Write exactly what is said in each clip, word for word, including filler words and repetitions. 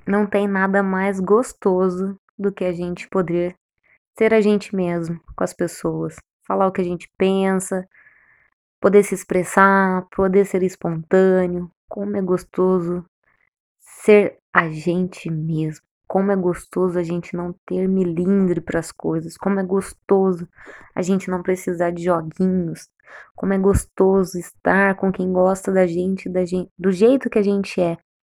Não tem nada mais gostoso do que a gente poder ser a gente mesmo com as pessoas, falar o que a gente pensa, poder se expressar, poder ser espontâneo. Como é gostoso ser a gente mesmo. Como é gostoso a gente não ter milindre para as coisas. Como é gostoso a gente não precisar de joguinhos. Como é gostoso estar com quem gosta da gente, da gente, do jeito que a gente é.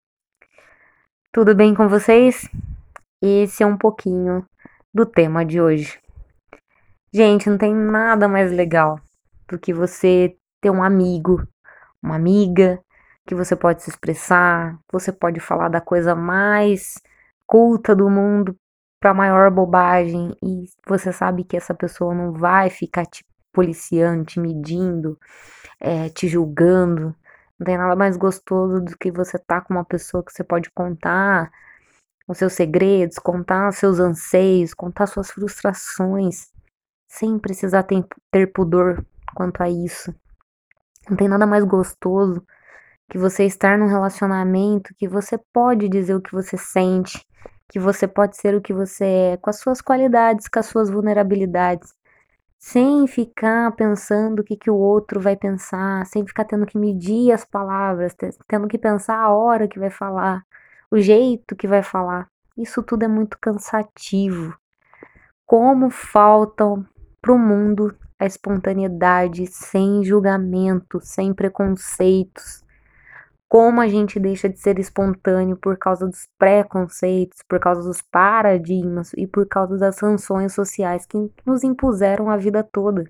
Tudo bem com vocês? Esse é um pouquinho do tema de hoje. Gente, não tem nada mais legal do que você ter um amigo, uma amiga, que você pode se expressar, você pode falar da coisa mais culta do mundo para maior bobagem e você sabe que essa pessoa não vai ficar te policiando, te medindo, é, te julgando. Não tem nada mais gostoso do que você estar tá com uma pessoa que você pode contar os seus segredos, contar os seus anseios, contar suas frustrações, sem precisar ter, ter pudor quanto a isso. Não tem nada mais gostoso que você estar num relacionamento que você pode dizer o que você sente, que você pode ser o que você é, com as suas qualidades, com as suas vulnerabilidades, sem ficar pensando o que, que o outro vai pensar, sem ficar tendo que medir as palavras, tendo que pensar a hora que vai falar, o jeito que vai falar. Isso tudo é muito cansativo. Como faltam pro mundo a espontaneidade, sem julgamento, sem preconceitos. Como a gente deixa de ser espontâneo por causa dos preconceitos, por causa dos paradigmas e por causa das sanções sociais que nos impuseram a vida toda.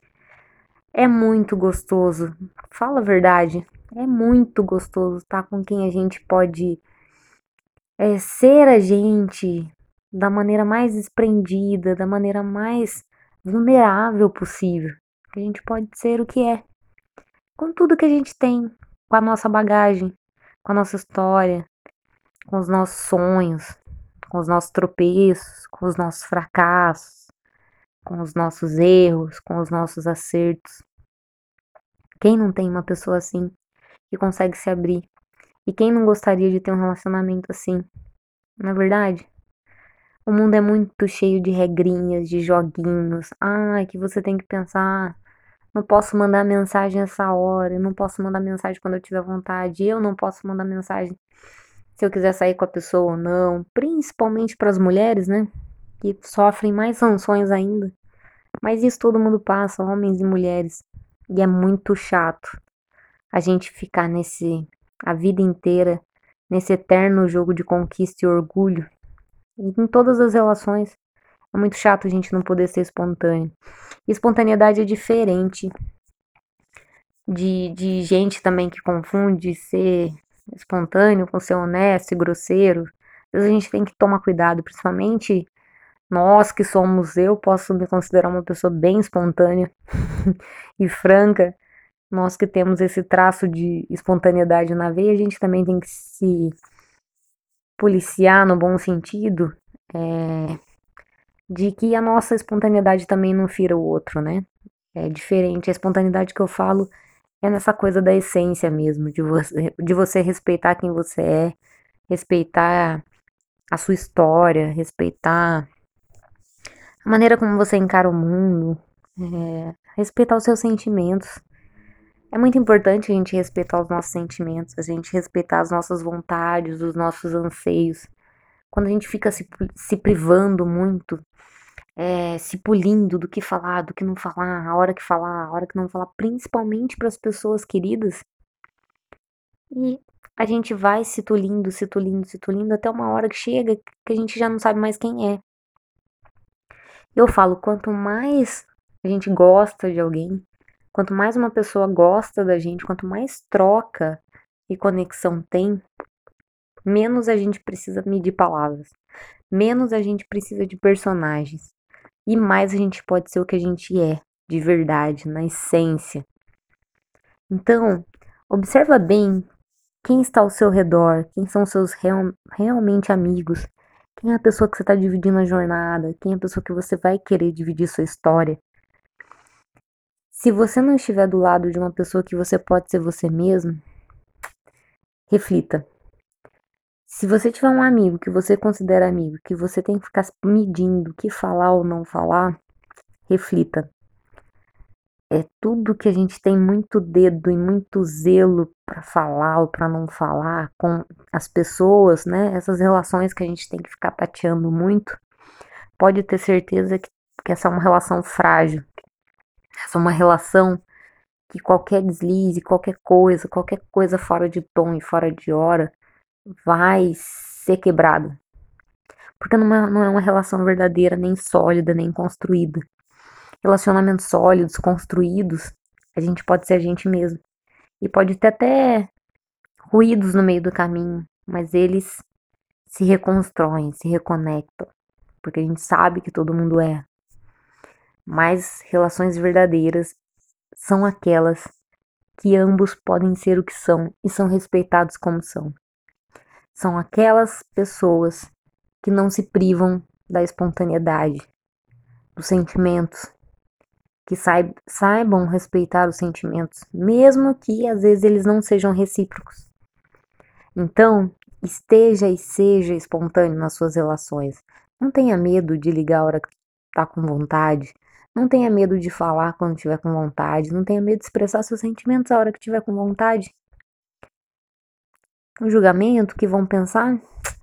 É muito gostoso, fala a verdade, é muito gostoso estar com quem a gente pode é, ser a gente da maneira mais desprendida, da maneira mais vulnerável possível. Que a gente pode ser o que é, com tudo que a gente tem, com a nossa bagagem, com a nossa história, com os nossos sonhos, com os nossos tropeços, com os nossos fracassos, com os nossos erros, com os nossos acertos. Quem não tem uma pessoa assim que consegue se abrir? E quem não gostaria de ter um relacionamento assim? Não é verdade? O mundo é muito cheio de regrinhas, de joguinhos. Ai, que você tem que pensar. Não posso mandar mensagem essa hora. Eu não posso mandar mensagem quando eu tiver vontade. Eu não posso mandar mensagem se eu quiser sair com a pessoa ou não. Principalmente para as mulheres, né? Que sofrem mais sanções ainda. Mas isso todo mundo passa, homens e mulheres. E é muito chato a gente ficar nesse a vida inteira nesse eterno jogo de conquista e orgulho. E em todas as relações. É muito chato a gente não poder ser espontâneo. E espontaneidade é diferente de, de gente também que confunde ser espontâneo com ser honesto e grosseiro. Às vezes a gente tem que tomar cuidado, principalmente nós que somos, eu posso me considerar uma pessoa bem espontânea e franca. Nós que temos esse traço de espontaneidade na veia, a gente também tem que se policiar no bom sentido, é, de que a nossa espontaneidade também não fira o outro, né? É diferente. A espontaneidade que eu falo é nessa coisa da essência mesmo, de você, de você respeitar quem você é, respeitar a sua história, respeitar a maneira como você encara o mundo, é, respeitar os seus sentimentos. É muito importante a gente respeitar os nossos sentimentos, a gente respeitar as nossas vontades, os nossos anseios. Quando a gente fica se, se privando muito, é, se polindo do que falar, do que não falar, a hora que falar, a hora que não falar, principalmente para as pessoas queridas, e a gente vai se tolindo, se tolindo, se tolindo até uma hora que chega que a gente já não sabe mais quem é. Eu falo, quanto mais a gente gosta de alguém, quanto mais uma pessoa gosta da gente, quanto mais troca e conexão tem, menos a gente precisa medir palavras, menos a gente precisa de personagens e mais a gente pode ser o que a gente é, de verdade, na essência. Então, observa bem quem está ao seu redor, quem são seus real, realmente amigos, quem é a pessoa que você está dividindo a jornada, quem é a pessoa que você vai querer dividir sua história. Se você não estiver do lado de uma pessoa que você pode ser você mesmo, reflita. Se você tiver um amigo que você considera amigo, que você tem que ficar medindo o que falar ou não falar, reflita. É tudo que a gente tem muito dedo e muito zelo para falar ou para não falar com as pessoas, né? Essas relações que a gente tem que ficar tateando muito, pode ter certeza que, que essa é uma relação frágil. Essa é uma relação que qualquer deslize, qualquer coisa, qualquer coisa fora de tom e fora de hora vai ser quebrada. Porque não é, não é uma relação verdadeira, nem sólida, nem construída. Relacionamentos sólidos, construídos, a gente pode ser a gente mesmo. E pode ter até ruídos no meio do caminho, mas eles se reconstroem, se reconectam, porque a gente sabe que todo mundo é. Mas relações verdadeiras são aquelas que ambos podem ser o que são e são respeitados como são. São aquelas pessoas que não se privam da espontaneidade, dos sentimentos, que saibam respeitar os sentimentos, mesmo que às vezes eles não sejam recíprocos. Então, esteja e seja espontâneo nas suas relações. Não tenha medo de ligar a hora que tá com vontade. Não tenha medo de falar quando tiver com vontade. Não tenha medo de expressar seus sentimentos a hora que tiver com vontade. O julgamento que vão pensar,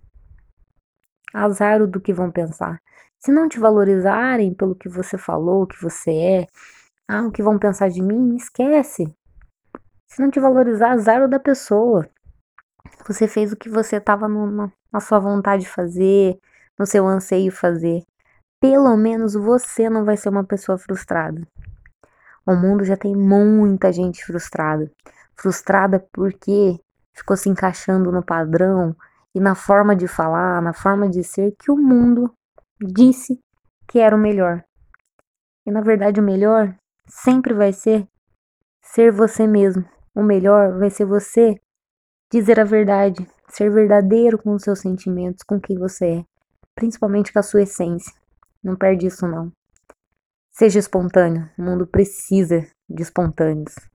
azar do que vão pensar. Se não te valorizarem pelo que você falou, o que você é, ah, o que vão pensar de mim, esquece. Se não te valorizar, azar da pessoa. Você fez o que você estava na sua vontade de fazer, no seu anseio fazer. Pelo menos você não vai ser uma pessoa frustrada. O mundo já tem muita gente frustrada. Frustrada porque ficou se encaixando no padrão e na forma de falar, na forma de ser que o mundo disse que era o melhor. E na verdade o melhor sempre vai ser ser você mesmo. O melhor vai ser você dizer a verdade, ser verdadeiro com os seus sentimentos, com quem você é, principalmente com a sua essência. Não perde isso não. Seja espontâneo, o mundo precisa de espontâneos.